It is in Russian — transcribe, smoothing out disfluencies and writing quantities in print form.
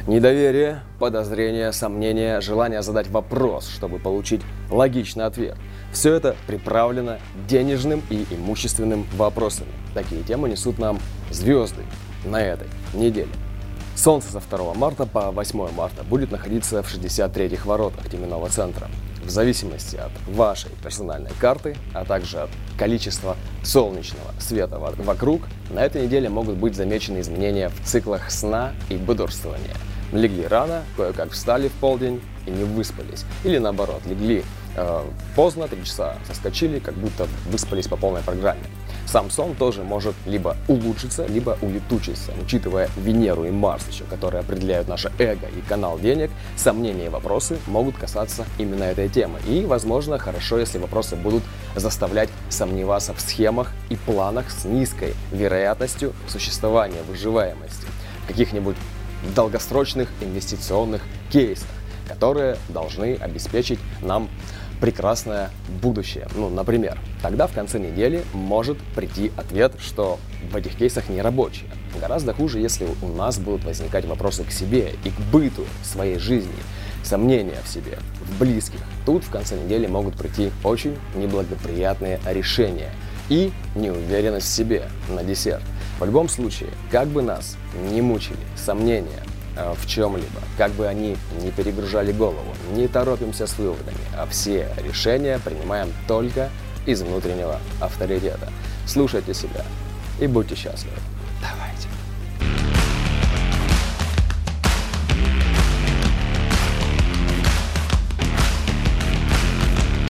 Недоверие, подозрение, сомнение, желание задать вопрос, чтобы получить логичный ответ. Все это приправлено денежным и имущественным вопросами. Такие темы несут нам звезды на этой неделе. Солнце со 2 марта по 8 марта будет находиться в 63-х воротах теменного центра. В зависимости от вашей персональной карты, а также от количества солнечного света вокруг, на этой неделе могут быть замечены изменения в циклах сна и бодрствования. Легли рано, кое-как встали в полдень и не выспались. Или наоборот, легли поздно, 3 часа соскочили, как будто выспались по полной программе. Сам сон тоже может либо улучшиться, либо улетучиться. Учитывая Венеру и Марс еще, которые определяют наше эго и канал денег, сомнения и вопросы могут касаться именно этой темы. И, возможно, хорошо, если вопросы будут заставлять сомневаться в схемах и планах с низкой вероятностью существования выживаемости в каких-нибудь долгосрочных инвестиционных кейсах, которые должны обеспечить нам прекрасное будущее. Например, тогда в конце недели может прийти ответ, что в этих кейсах не рабочие. Гораздо хуже, если у нас будут возникать вопросы к себе и к быту своей жизни, сомнения в себе, в близких. Тут в конце недели могут прийти очень неблагоприятные решения и неуверенность в себе на десерт. В любом случае, как бы нас ни мучили сомнения в чем-либо, как бы они не перегружали голову, не торопимся с выводами, а все решения принимаем только из внутреннего авторитета. Слушайте себя и будьте счастливы. Давайте.